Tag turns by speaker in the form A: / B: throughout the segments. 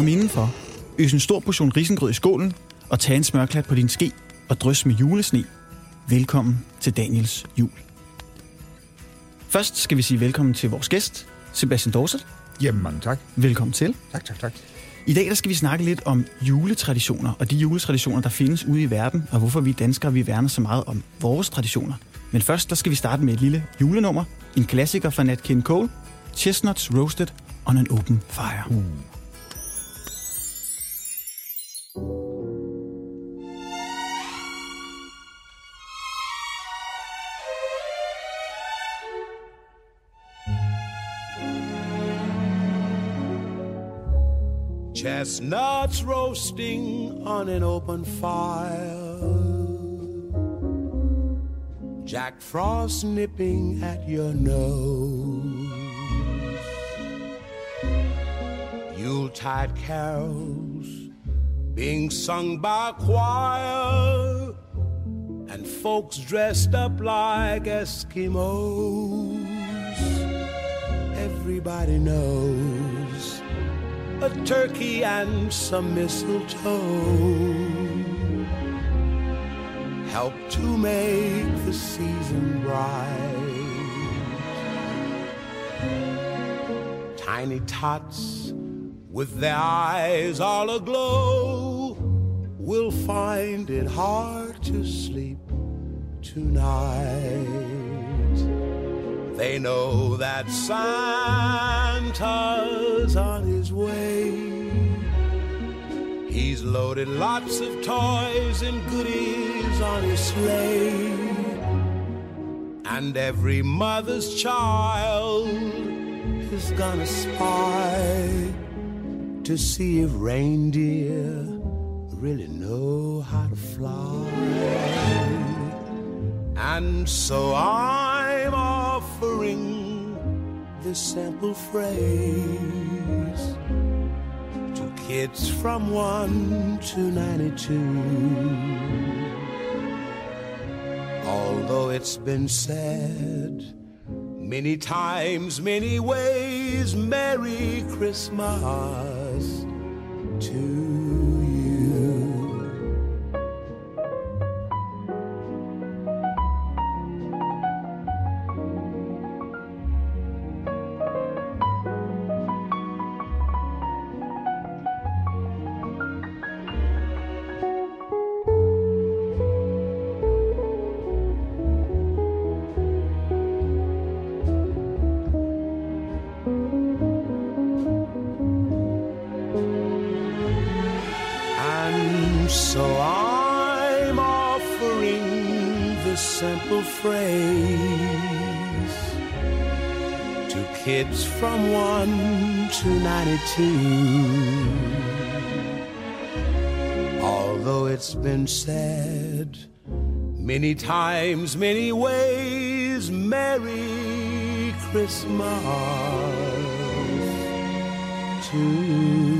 A: Kom indenfor, øs en stor portion risengrød i skålen og tag en smørklat på din ske og drys med julesne. Velkommen til Daniels jul. Først skal vi sige velkommen til vores gæst, Sebastian Dorset.
B: Jamen, mange tak.
A: Velkommen til.
B: Tak.
A: I dag der skal vi snakke lidt om juletraditioner, og de juletraditioner, der findes ude i verden, og hvorfor vi danskere vi værner så meget om vores traditioner. Men først der skal vi starte med et lille julenummer. En klassiker fra Nat King Cole. Chestnuts Roasted on an Open Fire.
C: Chestnuts roasting on an open fire, Jack Frost nipping at your nose, Yuletide carols being sung by a choir, and folks dressed up like Eskimos. Everybody knows a turkey and some mistletoe help to make the season bright. Tiny tots with their eyes all aglow will find it hard to sleep tonight. They know that Santa's on his way. He's loaded lots of toys and goodies on his sleigh. And every mother's child is gonna spy to see if reindeer really know how to fly. And so I'm offering this simple phrase to kids from 1 to 92. Although it's been said many times, many ways, Merry Christmas to you. So I'm offering this simple phrase to kids from 1 to 92. Although it's been said many times, many ways, Merry Christmas to you.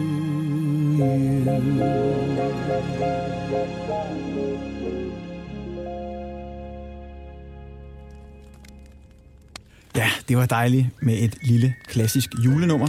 A: Ja, det var dejligt med et lille klassisk julenummer.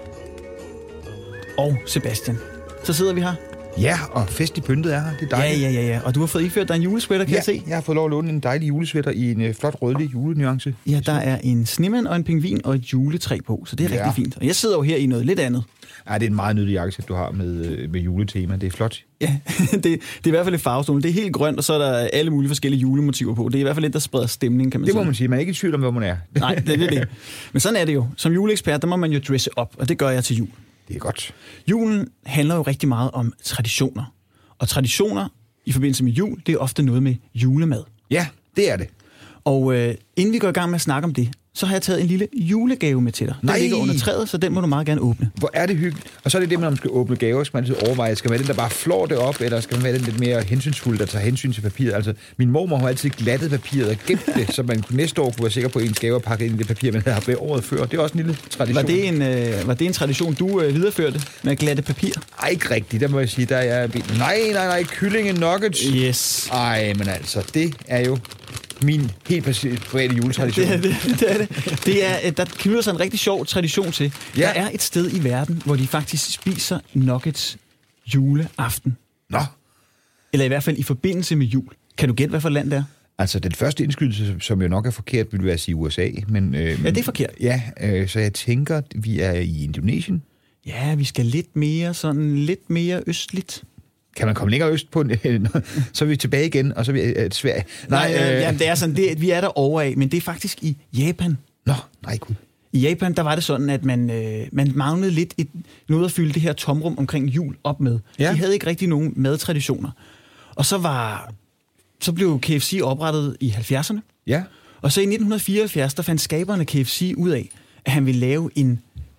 A: Og Sebastian, så sidder vi her.
B: Ja, og festligt pyntet er her. Det er dejligt.
A: Ja. Og du har fået iført dig en julesweater, kan jeg se.
B: Jeg har fået lov at låne en dejlig julesweater i en flot rødlig julenuance.
A: Ja, der er en snemand og en pingvin og et juletræ på, så det er rigtig fint. Og jeg sidder jo her i noget lidt andet.
B: Ja, det er en meget nyttig jakkesæt, du har med juletema. Det er flot.
A: Ja, det er i hvert fald et farvestående. Det er helt grønt, og så er der alle mulige forskellige julemotiver på. Det er i hvert fald lidt, der spreder stemning, kan man sige.
B: Det må man sige. Man er ikke i tvivl om, hvor man er.
A: Nej, det er det. Men sådan er det jo. Som juleekspert, der må man jo dresse op, og det gør jeg til jul.
B: Det er godt.
A: Julen handler jo rigtig meget om traditioner. Og traditioner i forbindelse med jul, det er ofte noget med julemad.
B: Ja, det er det.
A: Og inden vi går i gang med at snakke om det, så har jeg taget en lille julegave med til dig. Den ligger under træet, så den må du meget gerne åbne.
B: Hvor er det hyggeligt. Og så er det det, når man skal åbne gaver, skal man altid overveje, skal man den, der bare flår det op, eller skal man være den lidt mere hensynsfuld, der tager hensyn til papiret? Altså, min mormor har altid glattet papiret og gemt det, så man næste år kunne være sikker på, at ens gaver pakket ind i det papir, man havde haft med året før. Det er også en lille tradition.
A: Var det en tradition, du videreførte med at glatte papir?
B: Ej, ikke rigtigt. Der må jeg sige, der er... Nej, kyllinge nuggets.
A: Yes.
B: Ej, men altså, det er jo min helt private juletradition.
A: Det er, der knytter sig en rigtig sjov tradition til. Ja. Der er et sted i verden, hvor de faktisk spiser nuggets juleaften.
B: Nå.
A: Eller i hvert fald i forbindelse med jul. Kan du gætte, hvad for land det er?
B: Altså, den første indskydelse, som jo nok er forkert, vil være at sige USA. Men,
A: ja, det er forkert.
B: Ja, så jeg tænker, vi er i Indonesien.
A: Ja, vi skal lidt mere østligt.
B: Kan man komme længere øst på så er vi tilbage igen, og så er vi Sverige.
A: Nej, det er sådan, vi er der over af, men det er faktisk i Japan.
B: Nå, nej gud.
A: I Japan, der var det sådan, at man manglede lidt noget at fylde det her tomrum omkring jul op med. Ja. De havde ikke rigtig nogen madtraditioner. Og så blev KFC oprettet i 70'erne.
B: Ja.
A: Og så i 1974, der fandt skaberne af KFC ud af, at han ville lave en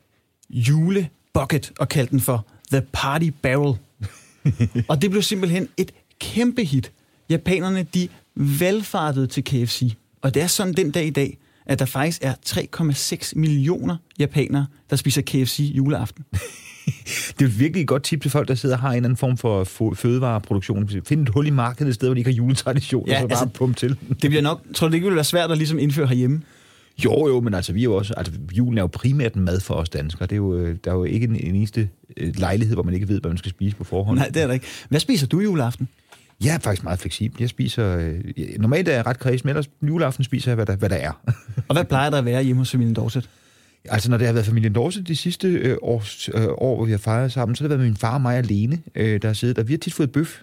A: julebucket og kaldte den for The Party Barrel. Og det blev simpelthen et kæmpe hit. Japanerne, de valfartede til KFC. Og det er sådan den dag i dag, at der faktisk er 3,6 millioner japanere, der spiser KFC juleaften.
B: Det er et virkelig godt tip til folk, der sidder og har en eller anden form for fødevareproduktion. Find et hul i markedet et sted, hvor de ikke har juletradition, og så bare pumpe til.
A: Det bliver nok, tror du det ikke vil være svært at ligesom indføre herhjemme?
B: Jo, men altså vi er jo også, altså julen er jo primært mad for os danskere. Det er jo, der er jo ikke en eneste lejlighed, hvor man ikke ved, hvad man skal spise på forhånd.
A: Nej, det er der ikke. Hvad spiser du juleaften?
B: Jeg er faktisk meget fleksibel. Jeg spiser, normalt er jeg ret kredsen, men ellers juleaften spiser jeg, hvad der er.
A: Og hvad plejer der at være hjemme hos familien Dorset?
B: Altså, når det har været familien Dorset de sidste år, hvor vi har fejret sammen, så har det været med min far og mig alene, der har siddet der. Vi har tit fået bøf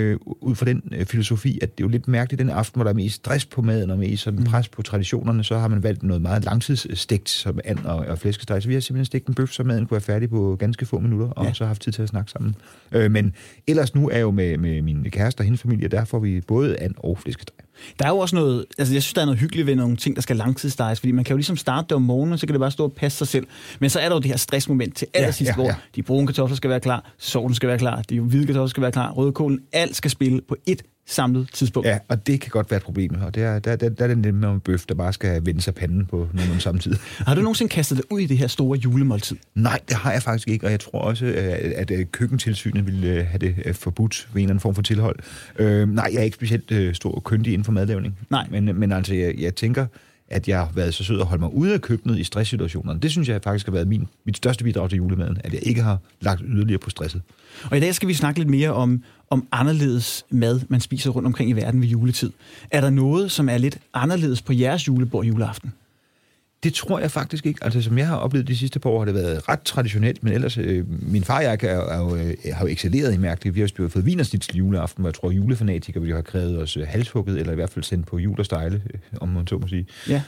B: ud fra den filosofi, at det er jo lidt mærkeligt den aften, hvor der er mest stress på maden og mest sådan pres på traditionerne, så har man valgt noget meget langtidsstegt som and og flæskesteg. Så vi har simpelthen stegt en bøf, så maden kunne være færdig på ganske få minutter, og så har haft tid til at snakke sammen. Men ellers nu er jo med min kæreste og hendes familie, der får vi både and og flæskesteg.
A: Der er jo også noget, altså jeg synes, der er noget hyggeligt ved nogle ting, der skal langtidssteges, fordi man kan jo ligesom starte det om morgenen, så kan det bare stå og passe sig selv. Men så er der jo det her stressmoment til allersidst, hvor de brune kartofler skal være klar, sovsen skal være klar, de hvide kartofler skal være klar, rødkålen, alt skal spille på et samlet tidspunkt. Ja,
B: og det kan godt være et problem, og der er det nemmere med bøf, der bare skal vende sig panden på nogen samtidig.
A: Har du nogensinde kastet dig ud i det her store julemåltid?
B: Nej, det har jeg faktisk ikke, og jeg tror også, at køkkentilsynet ville have det forbudt ved en eller anden form for tilhold. Nej, jeg er ikke specielt stor og kyndig inden for madlavning. Nej. Men altså, jeg tænker, at jeg har været så sød at holde mig ude af køkkenet i stresssituationerne. Det synes jeg faktisk har været mit største bidrag til julemaden, at jeg ikke har lagt yderligere på stresset. Og
A: i dag skal vi snakke lidt mere om anderledes mad, man spiser rundt omkring i verden ved juletid. Er der noget, som er lidt anderledes på jeres julebord juleaften?
B: Det tror jeg faktisk ikke. Altså, som jeg har oplevet de sidste par år, har det været ret traditionelt, men ellers, min far og jeg har jo excelleret i mærkeligt. Vi har jo fået vinersnitsel juleaften, hvor jeg tror, julefanatikere ville have krævet os halshugget, eller i hvert fald sendt på jul og stejle, om man så må sige. Ja.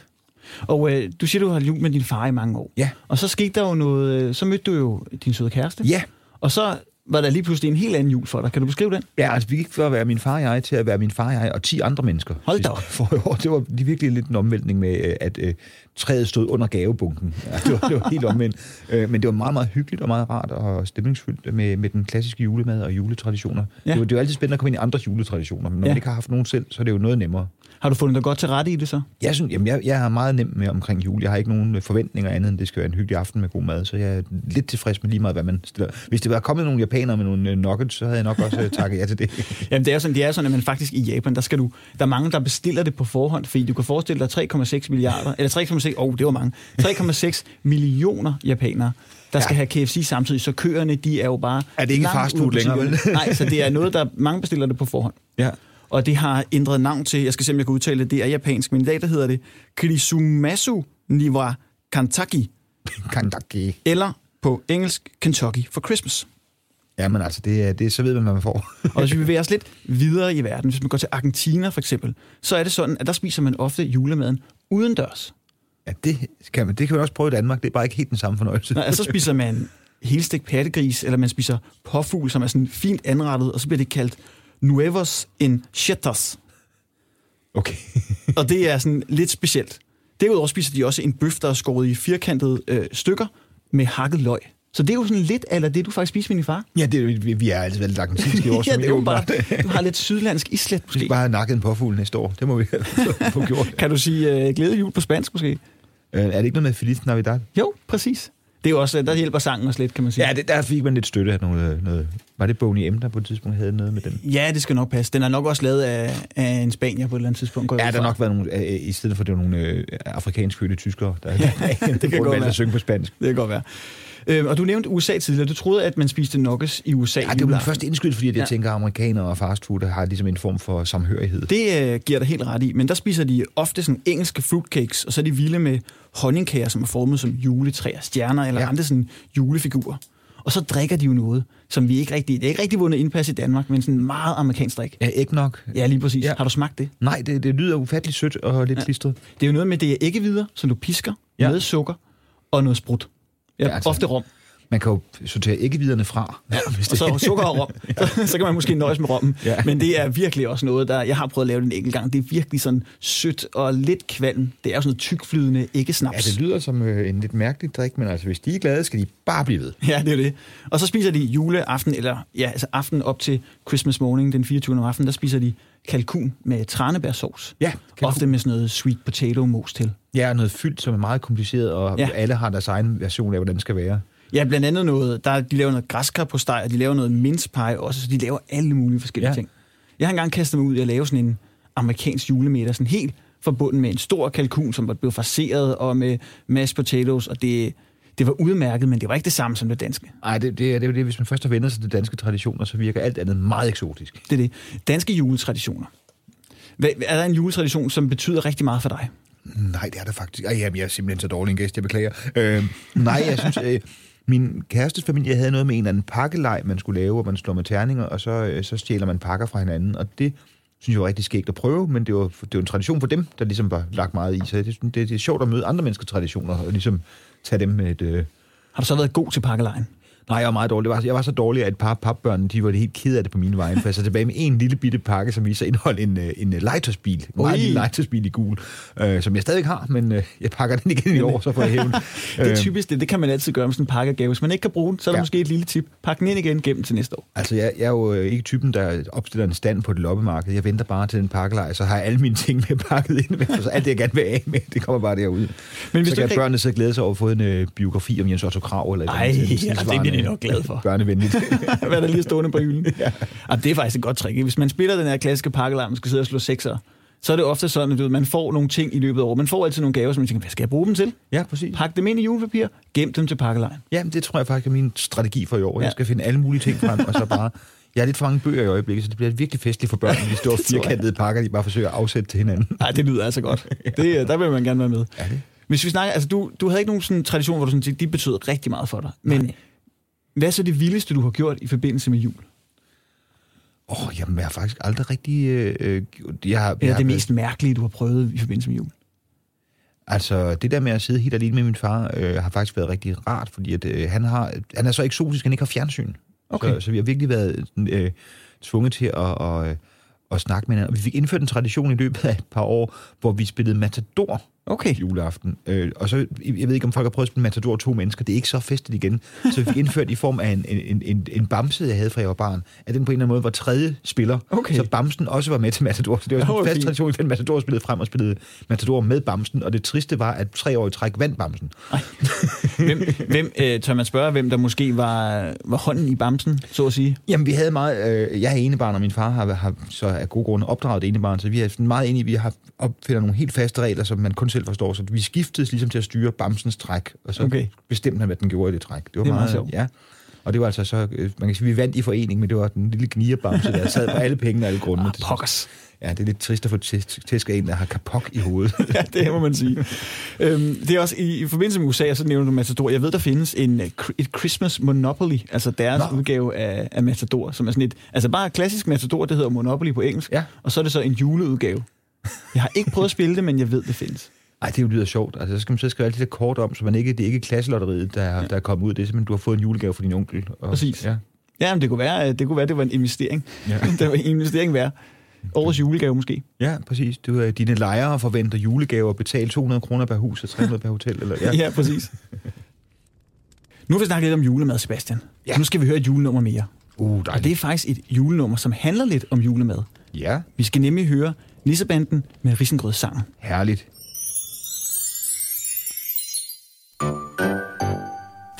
A: Og du siger, du har jul med din far i mange år.
B: Ja.
A: Og så skete der jo noget, så mødte du jo din søde kæreste.
B: Ja.
A: Og så var der lige pludselig en helt anden jul for dig. Kan du beskrive den?
B: Ja, altså vi gik fra at være min far og jeg til at være min far og jeg og 10 andre mennesker.
A: Hold da op.
B: Det var virkelig lidt en omvæltning med, at træet stod under gavebunken. Ja, det var helt omvendt. Men det var meget, meget hyggeligt og meget rart og stemningsfyldt med den klassiske julemad og juletraditioner. Ja. Det er jo altid spændende at komme ind i andres juletraditioner, men når man ikke har haft nogen selv, så er det jo noget nemmere. Har du fundet dig godt til rette i det så? Jeg synes, jeg har meget nemt med omkring jul. Jeg har ikke nogen forventninger andet, end det skal være en hyggelig aften med god mad, så jeg er lidt tilfreds med lige meget, hvad man stiller. Hvis det var kommet nogle japanere med nogle nuggets, så havde jeg nok også takket ja til det. Jamen det er sådan, at man faktisk i Japan, der er mange, der bestiller det på forhånd, fordi du kan forestille dig 3,6 milliarder, eller 3,6 millioner japanere, der skal have KFC samtidig, så køerne, de er jo bare... Er det ikke fast food længere, vel? Nej, så det er noget, der mange bestiller det på forhånd. Ja. Og det har ændret navn til, jeg skal se, om jeg kan udtale det, det er japansk, men i dag der hedder det Kirisumasu Niwa Kantaki. Kantaki. Eller på engelsk Kentucky for Christmas. Jamen altså, det så ved man, hvad man får. Og hvis vi bevæger os lidt videre i verden, hvis man går til Argentina for eksempel, så er det sådan, at der spiser man ofte julemaden udendørs. Ja, det kan man også prøve i Danmark, det er bare ikke helt den samme fornøjelse. Nej, så spiser man helstegt pattegris, eller man spiser påfugl, som er sådan fint anrettet, og så bliver det kaldt Nuevos Enchiladas. Okay. Og det er sådan lidt specielt. Derudover spiser de også en bøf, der er skåret i firkantede stykker med hakket løg. Så det er jo sådan lidt eller det, du faktisk spiser med din far. Ja, vi er altid veldig argentinske i år. Ja, det er jo bare, du har lidt sydlandsk islet måske. Vi skal bare have nakket en påfugl næste år. Det må vi få gjort. Kan du sige glædelig jul på spansk måske? Er det ikke noget med Feliz Navidad? Jo, præcis.
A: Det er jo også, der hjælper sangen også lidt, kan man sige.
B: Ja, der fik man lidt støtte af noget. Var det Boney M, der på et tidspunkt havde noget med den?
A: Ja, det skal nok passe. Den er nok også lavet af en spanier på et eller andet tidspunkt.
B: Ja, der har nok været nogle, i stedet for det var nogle afrikansk fødte tyskere, der
A: det kan godt være.
B: At synge på spansk.
A: Det kan godt være. Og du nævnte USA tidligere. Du troede, at man spiste nuggets i USA.
B: Ja, det var min første indskyld, fordi jeg tænker, at amerikanere og fastfood har ligesom en form for samhørighed.
A: Det giver dig helt ret i, men der spiser de ofte sådan engelske fruitcakes, og så er de vilde med honningkager, som er formet som juletræer, stjerner eller andre sådan julefigurer. Og så drikker de jo noget, som vi ikke rigtig... Det er ikke rigtig vundet indpas i Danmark, men sådan en meget amerikansk drik.
B: Ja, ikke nok.
A: Ja, lige præcis. Ja. Har du smagt det?
B: Nej, det lyder ufatteligt sødt og lidt klistret.
A: Det er jo noget med, det er æggevidder, som du pisker med sukker og noget sprut. Ja, altså, ofte rom.
B: Man kan jo sortere æggeviderne fra.
A: Ja, og så sukker og rom. Så kan man måske nøjes med rommen. Ja. Men det er virkelig også noget, der... Jeg har prøvet at lave det en enkelt gang. Det er virkelig sådan sødt og lidt kvalm. Det er jo sådan noget tykflydende æggesnaps.
B: Ja, det lyder som en lidt mærkelig drik, men altså, hvis de er glade, skal de bare blive ved.
A: Ja, det er det. Og så spiser de juleaften, eller altså aften op til Christmas morning, den 24. om aftenen, der spiser de kalkun med tranebærsovs.
B: Ja.
A: Ofte med sådan noget sweet potato mos til.
B: Ja, noget fyldt, som er meget kompliceret, og alle har deres egen version af, hvordan det skal være.
A: Ja, blandt andet noget, de laver noget græskarpostej, og de laver noget mince pie også, så de laver alle mulige forskellige ting. Jeg har engang kastet mig ud i at lave sådan en amerikansk julemiddag, sådan helt forbundet med en stor kalkun, som blev farceret, og med mashed potatoes, og det var udmærket, men det var ikke det samme som det danske.
B: Nej, det er jo det, hvis man først har vendt sig til danske traditioner, så virker alt andet meget eksotisk.
A: Det er det. Danske juletraditioner. Er der en juletradition, som betyder rigtig meget for dig?
B: Nej, det er der faktisk. Jamen, jeg er simpelthen så dårlig en gæst, jeg beklager. Nej, jeg synes... Min kærestes familie havde noget med en eller anden pakkelej, man skulle lave, hvor man slår med terninger, og så stjæler man pakker fra hinanden. Og det synes jeg var rigtig skægt at prøve, men det var en tradition for dem, der ligesom var lagt meget i. Så det er sjovt at møde andre menneskers traditioner, og ligesom tage dem med et...
A: Har du så været god til pakkelejen?
B: Nej, jeg var meget dårlig. Jeg var så dårlig, at et par papbørn, de var helt ked af det på mine vegne, for jeg så tilbage med en lille bitte pakke, som viser indhold en legetøjsbil. En meget lille legetøjsbil i gul, som jeg stadig har, men jeg pakker den igen i år, så får jeg hævn.
A: Det er typisk det kan man altid gøre med sådan en pakkegave. Hvis man ikke kan bruge den, så er der måske et lille tip. Pak den ind igen gennem til næste år.
B: Altså, jeg er jo ikke typen, der opstiller en stand på et loppemarked. Jeg venter bare til den pakkelej, så har jeg alle mine ting med pakket ind. Så alt det, jeg gerne vil af med, det kommer bare derude. Men så kan børnene så glæde sig over at få en biografi om Jens Otto Krag. Eller
A: det bliver de nok glad for.
B: Børnevenligt.
A: Hvad der lige stående på hylden. Ja. Det er faktisk et godt trick. Hvis man spiller den her klassiske pakkelej, man skal sidde og slå sekser, så er det ofte sådan, at man får nogle ting i løbet af året. Man får altid nogle gaver, som man tænker, hvad skal jeg bruge dem til?
B: Ja, præcis.
A: Pak dem ind i julepapir, gem dem til pakkelejen.
B: Ja, det tror jeg faktisk er min strategi for i år. Jeg skal finde alle mulige ting frem, og så bare... Jeg har lidt for mange bøger i øjeblikket, så det bliver virkelig festligt for børn, de store firkantede pakker, de bare forsøger at afsætte til hinanden. Nej,
A: det lyder altså godt. Der vil man gerne være med.
B: Ja, det.
A: Hvis vi snakker, altså du havde ikke nogen sådan tradition, hvor du sådan, de betød rigtig meget for dig. Men hvad er så det vildeste, du har gjort i forbindelse med jul?
B: Jamen, jeg har faktisk aldrig rigtig...
A: det mest mærkelige, du har prøvet i forbindelse med jul?
B: Altså, det der med at sidde helt alene med min far, har faktisk været rigtig rart, fordi at, han er så eksotisk, han ikke har fjernsyn. Okay. Så vi har virkelig været tvunget til at snakke med hinanden. Og vi fik indført en tradition i løbet af et par år, hvor vi spillede Matador juleaften. Og så, jeg ved ikke, om folk har prøvet at spille Matador 2 mennesker. Det er ikke så festligt igen. Så vi fik indført i form af en bamse, jeg havde fra jeg var barn. At den på en eller anden måde var tredje spiller. Okay. Så bamsen også var med til Matador. Så det var sådan en fast tradition, vi fandt Matador spillet frem og spillede Matador med bamsen. Og det triste var, at 3 år i træk vandt bamsen.
A: Hvem tør man spørge, hvem der måske var hånden i bamsen, så at sige?
B: Jamen, vi havde meget... jeg er enebarn, og min far har så af gode grunde opdraget enebarn, så vi er meget enige, vi har opfinder nogle helt faste regler, som man kun selv forstår. Så vi skiftedes ligesom til at styre bamsens træk, og så bestemte han, hvad den gjorde i det træk. Det var meget sjovt. Ja. Og det var altså så... Man kan sige, vi vandt i forening, men det var den lille gnierbamse, der sad på alle pengene og alle grundene.
A: Pokkers.
B: Ja, det er lidt trist at få tæsk af en, der har kapok i hovedet.
A: Ja, det må man sige. Det er også i forbindelse med USA, så nævner du Matador. Jeg ved, der findes et Christmas Monopoly, altså deres udgave af Matador, som er sådan et... Altså bare klassisk Matador, det hedder Monopoly på engelsk, og så er det så en juleudgave. Jeg har ikke prøvet at spille det, men jeg ved, det findes.
B: Ej, det lyder sjovt. Altså, så skal man så skrive alt det der kort om, så det er ikke klasselotteriet, der er kommet ud. Det er simpelthen, du har fået en julegave fra din onkel.
A: Præcis. Ja, men det kunne være, det var en investering. Ja. Det var en investering værd. Årets julegave måske. Ja,
B: præcis. Dine lejere forventer julegaver, betale 200 kroner per hus og 300 per hotel. Eller,
A: ja, præcis. Nu har vi snakket lidt om julemad, Sebastian. Ja. Nu skal vi høre et julenummer mere. Og det er faktisk et julenummer, som handler lidt om julemad.
B: Ja.
A: Vi skal nemlig høre Nissebanden med Risengrødssangen.
B: Herligt.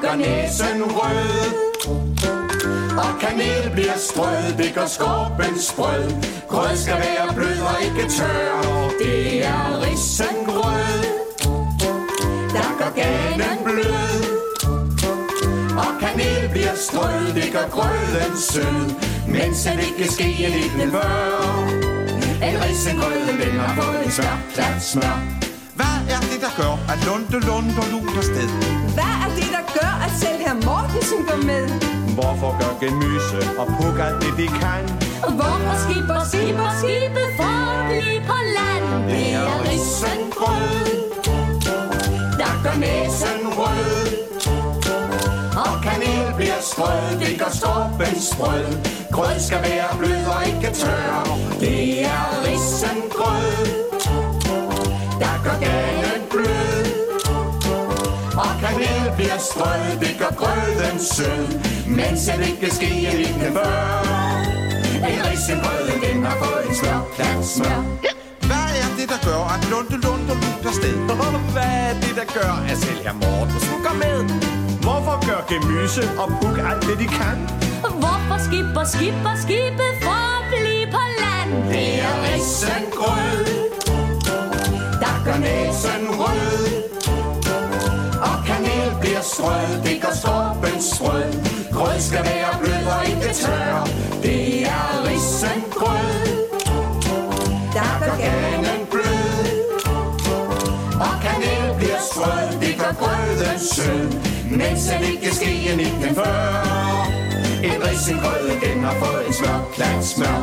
C: gør næsen rød. Og kanel bliver strød, det gør skorpen sprød. Grød skal være blød og ikke tør. Det er risengrød, der gør ganen blød. Og kanel bliver strød, det gør grøden sød. Mens den ikke ske en liten før. En risengrød, den har fået en smørklat smør.
D: Hvad er det, der gør, at Lunde luner sted?
E: Hvad er det, der gør, at selv herr Mortensen går med?
C: Hvorfor gør Gemyse og Puk alt det, de kan?
F: Hvorfor skipper skibet for at blive på land?
C: Det er risengrød, der gør næsen rød. Og kanel bliver strød, det gør skorpen sprød. Grød skal være blød og ikke tør. Det er risengrød, der gør ganen blød. Og kanel bliver strød, det gør grøden sød. Mens det ikke ske en liten før. En risengrød, den har fået en smørklat smør.
D: Hvad er det, der gør, at Lunde luner sted?
C: Hvad er det, der gør, at selv herr Mortensen går med? Hvorfor gør Gemyse og Puk alt det, de kan?
F: Hvorfor skipper skibet for at blive på land?
C: Det er risengrød, der gør næsen rød. Og kanel bliver strød, det gør skorpen sprød. Grød skal være blød og ikke tør. Det er risengrød, der gør ganen blød. Og kanel bliver strød, det gør grøden sød. Mens den ikke ske en liten før. En risengrød, den har fået en smørklat smør.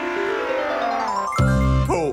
C: På.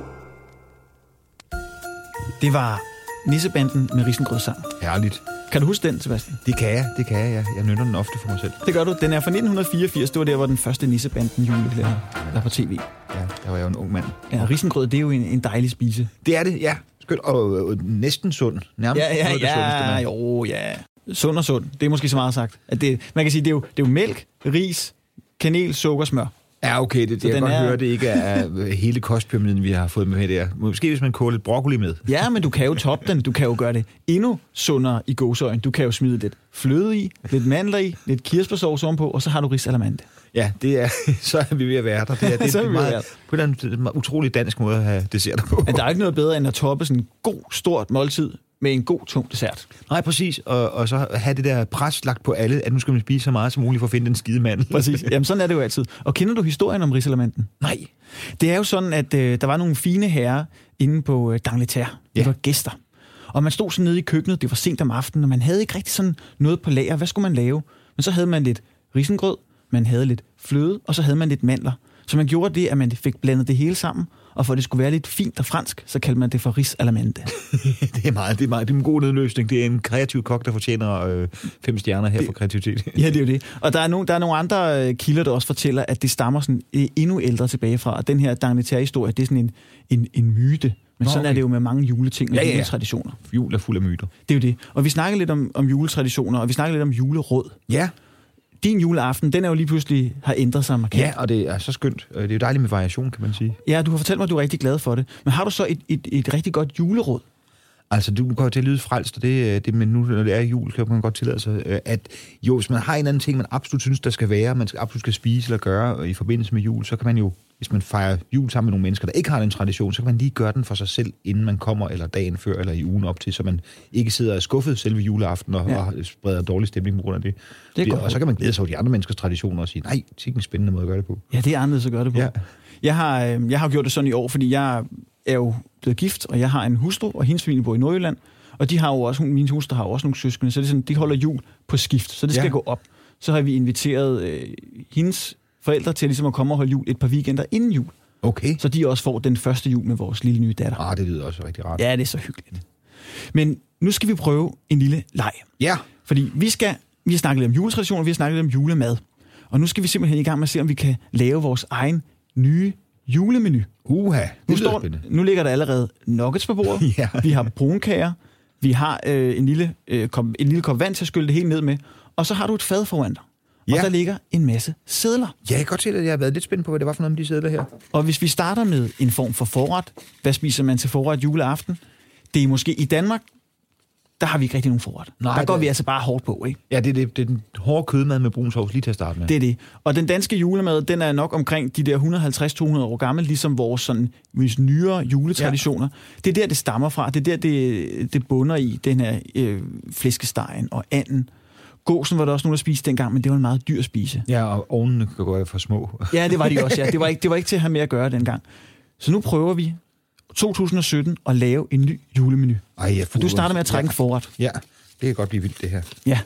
A: Det var Nissebanden med risengrødssang.
B: Herligt.
A: Kan du huske den, Sebastian?
B: Det kan jeg, ja. Jeg nynner den ofte for mig selv.
A: Det gør du. Den er fra 1984. Det var der, hvor den første Nissebanden julekalender der på tv.
B: Ja, der var jeg jo en ung mand.
A: Ja, risengrød, det er jo en dejlig spise.
B: Det er det, ja. Skønt og næsten sund. Nærmest noget af det sundeste.
A: Sund og sund. Det er måske så meget sagt. At man kan sige, det er jo mælk, ris, kanel, sukker, smør.
B: Ja, okay, det jeg kan godt høre, det ikke er hele kostpyramiden, vi har fået med der. Måske hvis man koger lidt broccoli med.
A: Ja, men du kan jo toppe den. Du kan jo gøre det endnu sundere i gåseøjne. Du kan jo smide lidt fløde i, lidt mandler i, lidt kirsebærsauce ovenpå, og så har du risalamande.
B: Ja, det er, så er vi ved at være der. Det er meget, på en utrolig dansk måde at have desserter på.
A: Men der er ikke noget bedre, end at toppe sådan en god, stort måltid med en god, tung dessert.
B: Nej, præcis. Og så have det der pres lagt på alle, at nu skal man spise så meget som muligt for at finde den skide mandel.
A: Præcis. Jamen, sådan er det jo altid. Og kender du historien om risalamanden?
B: Nej.
A: Det er jo sådan, at der var nogle fine herrer inde på D'Angleterre. De var gæster. Og man stod sådan nede i køkkenet, det var sent om aftenen, og man havde ikke rigtig sådan noget på lager. Hvad skulle man lave? Men så havde man lidt risengrød, man havde lidt fløde, og så havde man lidt mandler. Så man gjorde det, at man fik blandet det hele sammen, og for at det skulle være lidt fint og fransk, så kaldte man det for risalamande.
B: Det er en god nedløsning. Det er en kreativ kok, der fortjener 5 stjerner her for kreativitet. Ja,
A: det er jo det. Og der er nogle andre kilder, der også fortæller, at det stammer sådan endnu ældre tilbage fra. Og den her D'Angleterre-historie, det er sådan en myte. Men sådan er det jo med mange juleting og juletraditioner.
B: Jul er fuld af myter.
A: Det er jo det. Og vi snakker lidt om juletraditioner, og vi snakker lidt om juleråd.
B: Ja.
A: Din juleaften, den er jo lige pludselig har ændret sig markant.
B: Ja, og det er så skønt. Det er jo dejligt med variation, kan man sige.
A: Ja, du har fortalt mig, at du er rigtig glad for det. Men har du så et rigtig godt juleråd?
B: Altså, du går til at lyde frelst, og det men nu, når det er jul, kan man godt tillade sig, at jo, hvis man har en anden ting, man absolut synes, der skal være, man absolut skal spise eller gøre i forbindelse med jul, så kan man jo, hvis man fejrer jul sammen med nogle mennesker, der ikke har den tradition, så kan man lige gøre den for sig selv, inden man kommer, eller dagen før, eller i ugen op til, så man ikke sidder og skuffet selve juleaften og spreder dårlig stemning på grund af det. Og så kan man glæde sig over de andre menneskers traditioner og sige, nej, det er ikke en spændende måde at gøre det på.
A: Ja, det er anderledes at gøre det på. Ja. Jeg har gjort det sådan i år, fordi jeg er jo blevet gift, og jeg har en hustru, og hendes familie bor i Nordjylland, og de har jo også, min hustru har også nogle søskende, så det er sådan, de holder jul på skift, så det skal gå op. Så har vi inviteret hendes forældre til ligesom at komme og holde jul et par weekender inden jul.
B: Okay.
A: Så de også får den første jul med vores lille nye datter.
B: Det lyder også rigtig rart.
A: Ja, det er så hyggeligt. Men nu skal vi prøve en lille leg.
B: Ja.
A: Fordi vi har snakket lidt om juletraditioner, vi har snakket lidt om julemad. Og nu skal vi simpelthen i gang med at se, om vi kan lave vores egen nye julemenu. Nu ligger der allerede nuggets på bordet. Ja. Vi har brunkager. Vi har en lille kop vand til at skylle det hele ned med. Og så har du et fad foran dig. Og der ligger en masse sedler.
B: Ja, jeg kan godt se, at jeg har været lidt spændt på, hvad det var for nogle af de sedler her.
A: Og hvis vi starter med en form for forret, hvad spiser man til forret juleaften? Det er måske i Danmark, der har vi ikke rigtig nogen forret. Der går vi altså bare hårdt på, ikke?
B: Ja, det er den hårde kødmad med brun sovs lige til at starte med.
A: Det er det. Og den danske julemad, den er nok omkring de der 150-200 år gammel, ligesom vores sådan nyere juletraditioner. Ja. Det er der, det stammer fra. Det er der, det bunder i, den her flæskestegen og anden. Gåsen var der også nogen, der spiste dengang, men det var en meget dyr spise.
B: Ja, og ovnene kan gå for små.
A: Ja, det var de også, ja. Det var ikke til at have med at gøre dengang. Så nu prøver vi 2017 at lave en ny julemenu. For du starter med at trække en forret.
B: Ja, det kan godt blive vildt, det her.
A: Ja.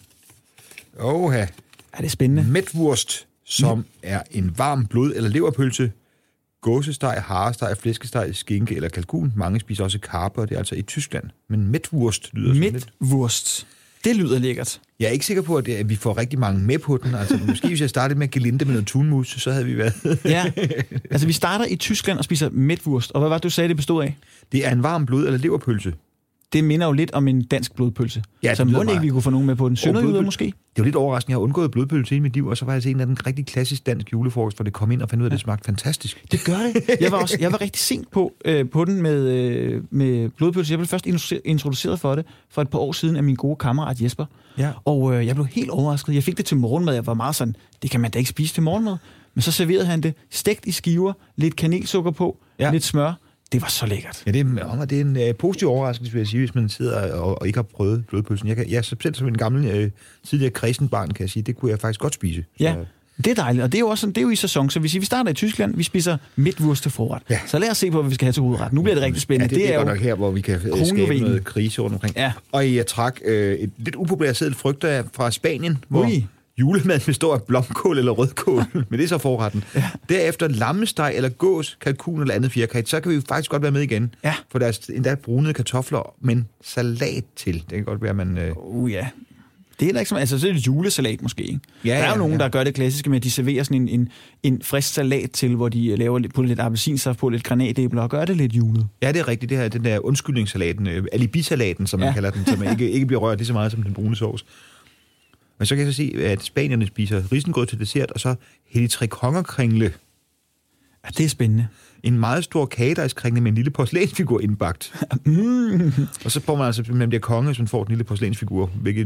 B: Oha.
A: Ja, det er spændende.
B: Mætwurst, som er en varm blod- eller leverpølse. Gåsesteg, haresteg, flæskesteg, skinke eller kalkun. Mange spiser også karpe, og det er altså i Tyskland. Men mætwurst lyder sådan lidt.
A: Mætwurst. Det lyder lækkert.
B: Jeg er ikke sikker på, at vi får rigtig mange med på den. Altså, måske hvis jeg startede med gelinde med noget tunmus, så havde vi været...
A: Ja, altså vi starter i Tyskland og spiser mætwurst. Og hvad var det, du sagde, det bestod af?
B: Det er en varm blod- eller leverpølse.
A: Det minder jo lidt om en dansk blodpølse.
B: Ja,
A: så må ikke vi kunne få nogen med på den. Sønderjyder måske? Det
B: var lidt overraskende. Jeg har undgået blodpølse i mit liv, og så var jeg til en af den rigtig klassisk dansk julefrokost, hvor det kom ind og fandt ud af, at det smagte fantastisk.
A: Det gør det. Jeg var rigtig sent på den med blodpølse. Jeg blev først introduceret for det for et par år siden af min gode kammerat Jesper. Ja. Og jeg blev helt overrasket. Jeg fik det til morgenmad. Jeg var meget sådan, det kan man da ikke spise til morgenmad. Men så serverede han det stegt i skiver, lidt kanelsukker på, lidt smør. Det var så lækkert.
B: Ja, det er en positiv overraskelse, vil jeg sige, hvis man sidder og ikke har prøvet blodpølsen. Jeg selv som en gammel tidligere kræsenbarn, kan jeg sige, det kunne jeg faktisk godt spise.
A: Ja, det er dejligt, og det er jo også det er jo i sæson. Så hvis vi starter i Tyskland, vi spiser midtvurst til forret. Ja. Så lad os se på, hvad vi skal have til hovedret. Nu bliver det rigtig spændende.
B: Ja, det er godt nok her, hvor vi kan skabe noget krise rundt omkring.
A: Ja.
B: Og jeg trak et lidt upopulært sædel frygter fra Spanien, hvor julemad består af blomkål eller rødkål, men det er så forretten. Ja. Derefter lammesteg eller gås, kalkun eller andet fjerkræ, så kan vi jo faktisk godt være med igen. Ja. For der er endda brunede kartofler, men salat til. Det kan godt være, man...
A: ja. Det er da ikke så... Altså, så er det julesalat måske, ikke? Ja, der er jo nogen, der gør det klassiske med, at de serverer sådan en frisk salat til, hvor de laver lidt appelsinsaft på, lidt granatæbler og gør det lidt julet. Ja,
B: det er rigtigt. Det her, den der undskyldningssalaten, alibisalaten, som man kalder den, så man ikke bliver rørt lige så meget som den brune sovs. Men så kan jeg så se, at spanierne spiser risengrød til dessert, og så helligtrekongerkringle.
A: Ja, det er spændende.
B: En meget stor kagedejskringle med en lille porcelænsfigur indbagt. Og så får man altså, man bliver konge, hvis man får den lille porcelænsfigur.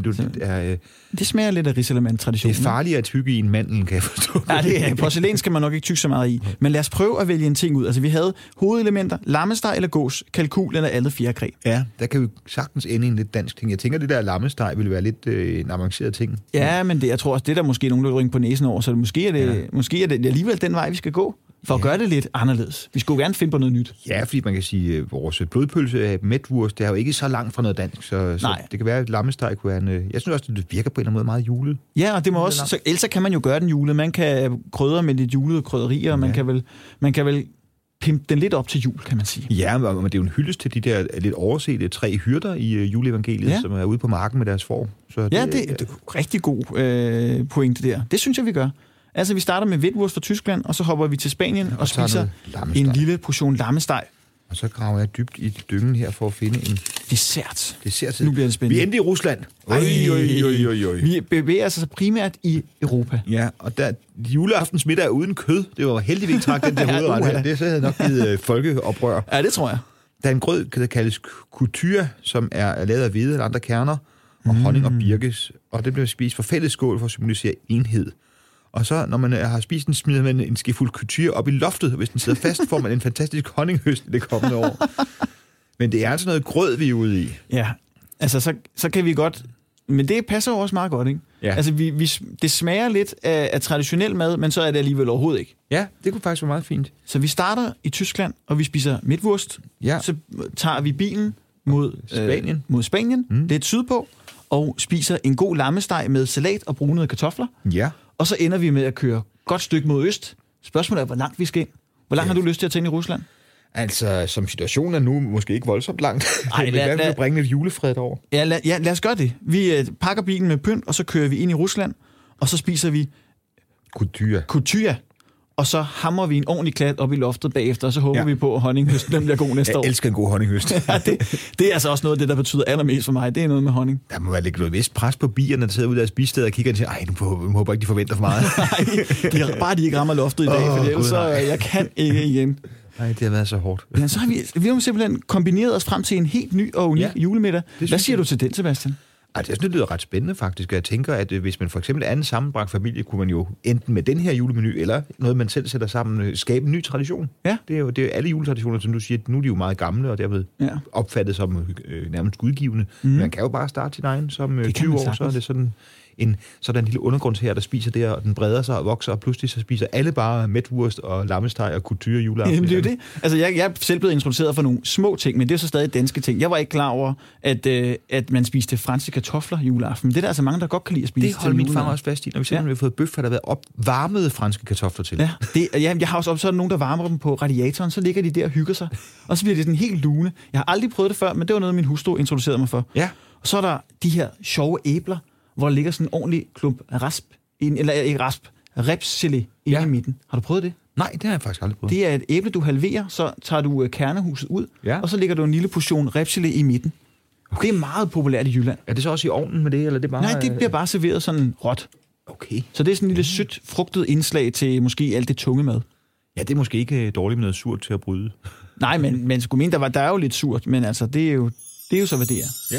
A: Det smager lidt af risalamand-traditionen.
B: Det er farligere at tygge i en mandel, kan jeg forstå.
A: Ja, det er. Porcelæn skal man nok ikke tygge så meget i. Men lad os prøve at vælge en ting ud. Altså, vi havde hovedelementer, lammesteg eller gås, kalkun eller andet fjerkræ.
B: Ja, der kan vi sagtens ende i en lidt dansk ting. Jeg tænker, det der lammesteg ville være lidt en avanceret ting.
A: Ja, men jeg tror også, det der måske nogen, der ringer på næsen over, så måske er det alligevel den vej, vi skal gå. For at gøre det lidt anderledes. Vi skulle gerne finde på noget nyt.
B: Ja, fordi man kan sige, at vores blodpølse mætwurst, det er jo ikke så langt fra noget dansk, så det kan være, at lammesteg kunne være jeg synes også, det virker på en eller anden måde meget julet. Ja, og det må også, så ellers kan man jo gøre den julet. Man kan krydre med lidt julede krydderier, og man kan vel pimpe den lidt op til jul, kan man sige. Ja, men det er jo en hyldest til de der lidt oversete 3 hyrder i juleevangeliet, som er ude på marken med deres får. Så det er
A: rigtig god pointe der. Det synes jeg, vi gør. Altså, vi starter med hvidwurst fra Tyskland, og så hopper vi til Spanien og spiser en lille portion lammesteg. Og så graver jeg dybt i dyngen her for at finde en dessert. Nu bliver det spændende. Vi endte i Rusland. Vi bevæger os altså primært i Europa. Ja, og der juleaftens middag er uden kød. Det var heldigvis ikke træk den der hovedret her. Det så havde nok givet folkeoprør. Ja, det tror jeg. Der er en grød, der kaldes couture, som er lavet af hvede eller andre kerner, og honning og birkes. Og det bliver spist for fælles skål for at symbolisere enhed. Og så, når man har spist den, smider man en skefuld couture op i loftet. Hvis den sidder fast, får man en fantastisk honninghøst i det kommende år. Men det er altså noget grød, vi er ude i. Ja, altså så kan vi godt... Men det passer jo også meget godt, ikke? Ja. Altså, det smager lidt af traditionel mad, men så er det alligevel overhovedet ikke. Ja, det kunne faktisk være meget fint. Så vi starter i Tyskland, og vi spiser midtvurst. Ja. Så tager vi bilen mod Spanien, lidt sydpå, og spiser en god lammesteg med salat og brunede kartofler. Ja. Og så ender vi med at køre godt stykke mod øst. Spørgsmålet er, hvor langt vi skal ind. Hvor langt har du lyst til at tage ind i Rusland? Altså, som situationen er nu, måske ikke voldsomt langt. Ej, lad bringe lidt julefred over. Ja, lad os gøre det. Vi pakker bilen med pynt, og så kører vi ind i Rusland, og så spiser vi couture. Og så hamrer vi en ordentlig klat op i loftet bagefter, og så håber vi på, at honninghøsten den bliver god næste år. Jeg elsker en god honninghøst. Ja, det er altså også noget af det, der betyder allermest for mig. Det er noget med honning. Der må være lidt noget vist pres på bierne, der sidder ude af deres spisesteder og kigger og siger, ej, nu håber ikke, de forventer for meget. Nej, bare de ikke rammer loftet i dag, for ellers så jeg kan ikke igen.
B: Nej, det har været så hårdt.
A: Ja, så har vi har simpelthen kombineret os frem til en helt ny og unik julemiddag. Hvad siger du til den, Sebastian?
B: Altså, jeg synes, det lyder ret spændende faktisk. Jeg tænker, at hvis man for eksempel er en sammenbragt familie, kunne man jo enten med den her julemenu, eller noget, man selv sætter sammen, skabe en ny tradition.
A: Ja.
B: Det er jo alle juletraditioner, som du siger, nu er de jo meget gamle, og derved opfattet som nærmest gudgivende. Man kan jo bare starte sin egen som 20 år, så er det sådan en lille undergrunds her, der spiser det, og den breder sig og vokser, og pludselig så spiser alle bare mætwurst og lammesteg og couture juleaften.
A: Jamen, det er det. Altså, jeg er selv blevet introduceret for nogle små ting, men det er så stadig danske ting. Jeg var ikke klar over, at man spiste franske kartofler juleaften. Det er der altså mange, der godt kan lide at spise.
B: Det holder min far også fast i. Når vi simpelthen har fået bøf, har der været opvarmede franske kartofler til.
A: Ja, jeg har også opsat nogen, der varmer dem på radiatoren, så ligger de der og hygger sig. Og så bliver det sådan helt lune. Jeg har aldrig prøvet det før, men det var noget, min hustru introducerede mig for.
B: Ja.
A: Og så er der de her sjove æbler, hvor der ligger sådan en ordentlig klump repsgelé inde i midten. Har du prøvet det?
B: Nej, det har jeg faktisk aldrig prøvet.
A: Det er et æble, du halverer, så tager du kernehuset ud, og så lægger du en lille portion repsgelé i midten. Okay. Det er meget populært i Jylland.
B: Er det så også i ovnen med det, eller det bare...
A: Nej, det bliver bare serveret sådan råt.
B: Okay.
A: Så det er sådan en lille sødt, frugtet indslag til måske alt det tunge mad.
B: Ja, det er måske ikke dårligt med noget surt til at bryde.
A: Nej, men skulle mene, der er jo lidt surt, men altså, det er jo så, hvad det er.
B: Ja.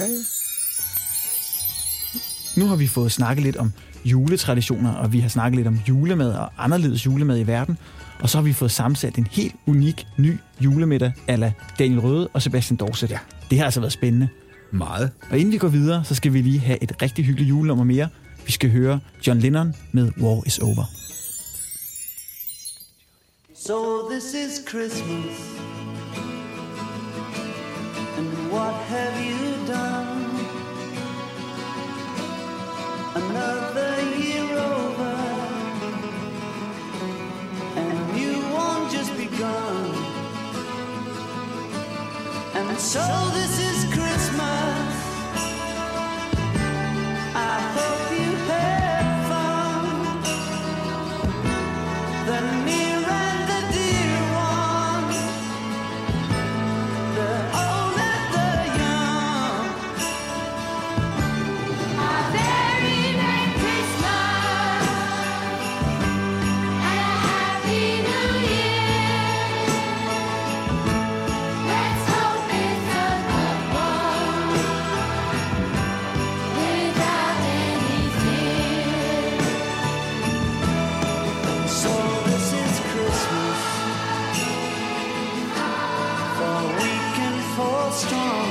A: Nu har vi fået snakket lidt om juletraditioner, og vi har snakket lidt om julemad og anderledes julemad i verden. Og så har vi fået sammensat en helt unik ny julemiddag a la Daniel Røde og Sebastian Dorset. Ja. Det har altså været spændende.
B: Meget.
A: Og inden vi går videre, så skal vi lige have et rigtig hyggeligt julenummer mere. Vi skal høre John Lennon med War is Over.
G: So this is Christmas, and what have you done? Another year over, and a new one just begun. And so this is Christmas. I hope you had fun. The near and the dear one, the old and the young.
F: A very Merry Christmas and a Happy New Year. Let's hope it's a good one without any fear.
G: So this is Christmas, for weak and for strong,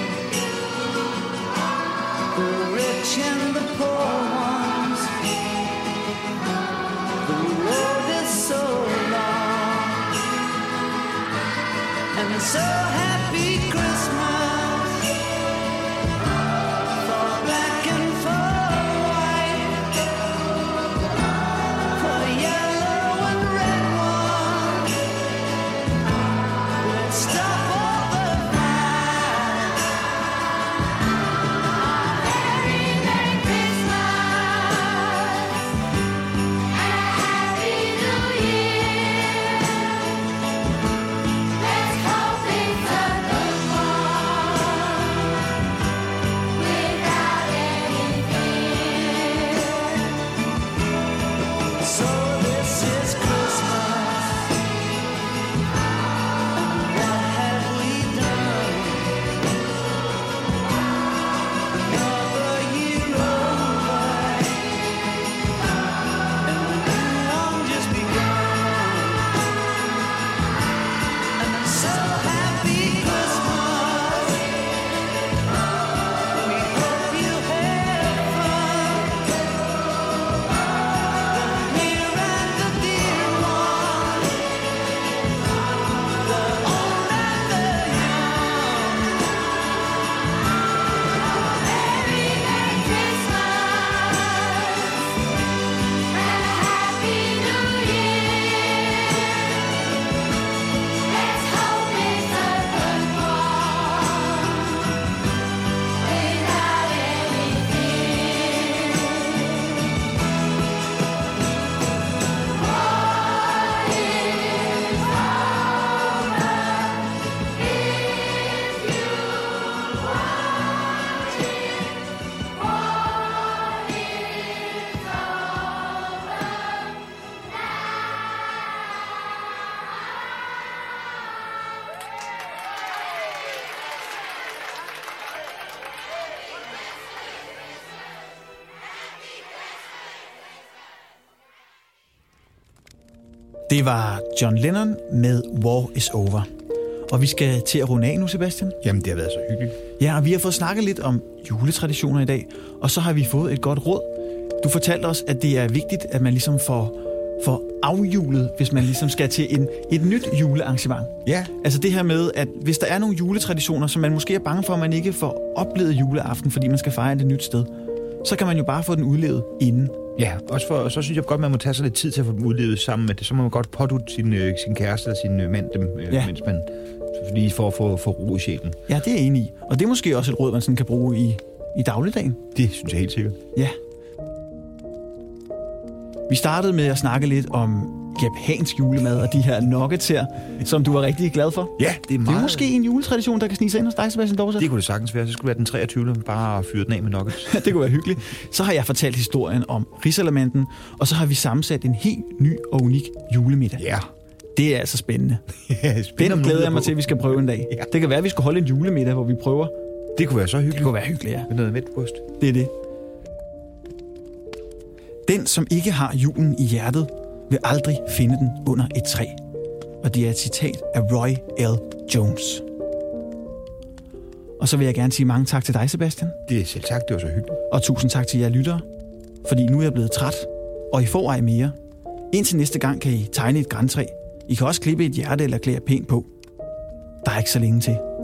G: the rich and the poor ones. The road is so long, and so happy Christmas for black and for white, for yellow and red one. Let's stop all the fight.
F: Very Merry Christmas and a Happy New Year. Let's hope it's a good one without any fear.
G: So this is Christmas, and what have we done? Another year over, and a new one just begun. And I'm so happy Christmas. We hope you had fun. The near and the dear one, the old and the young.
F: Very Merry Christmas and a Happy New Year. Let's hope it's
A: Det var John Lennon med War is Over. Og vi skal til at runde af nu, Sebastian.
B: Jamen, det har været så hyggeligt.
A: Ja, og vi har fået snakket lidt om juletraditioner i dag, og så har vi fået et godt råd. Du fortalte os, at det er vigtigt, at man ligesom får afjulet, hvis man ligesom skal til et nyt julearrangement.
B: Ja.
A: Altså det her med, at hvis der er nogle juletraditioner, som man måske er bange for, at man ikke får oplevet juleaften, fordi man skal fejre det et nyt sted, så kan man jo bare få den udlevet inden.
B: Ja, og så synes jeg godt, man må tage sig lidt tid til at få dem udlevet sammen med det. Så må man godt pådutte sin kæreste eller sin mand dem, mens man lige for at få ro i sjælen.
A: Ja, det er jeg enig i. Og det er måske også et råd, man sådan kan bruge i dagligdagen.
B: Det synes jeg helt sikkert.
A: Ja. Vi startede med at snakke lidt om japansk julemad og de her nuggets her, som du var rigtig glad for.
B: Ja, det er meget...
A: Det er måske en juletradition, der kan snige sig ind hos dig, Sebastian Dorset.
B: Det kunne det sagtens være. Så skulle det være den 23. Bare fyre den af med nuggets.
A: Det kunne være hyggeligt. Så har jeg fortalt historien om risalamanden, og så har vi sammensat en helt ny og unik julemiddag.
B: Ja.
A: Det er altså spændende. Den glæder jeg mig til, at vi skal prøve en dag. Ja. Det kan være, at vi skal holde en julemiddag, hvor vi prøver.
B: Det kunne være så hyggeligt.
A: Det kunne være hyggeligt, ja.
B: Med noget mætbryst.
A: Det er det. Den, som ikke har julen i hjertet, vil aldrig finde den under et træ. Og det er et citat af Roy L. Jones. Og så vil jeg gerne sige mange tak til dig, Sebastian.
B: Det er selv tak, det var så hyggeligt.
A: Og tusind tak til jer lyttere, fordi nu er jeg blevet træt, og I får ej mere. Indtil næste gang kan I tegne et grantræ. I kan også klippe et hjerte eller klæde pænt på. Der er ikke så længe til.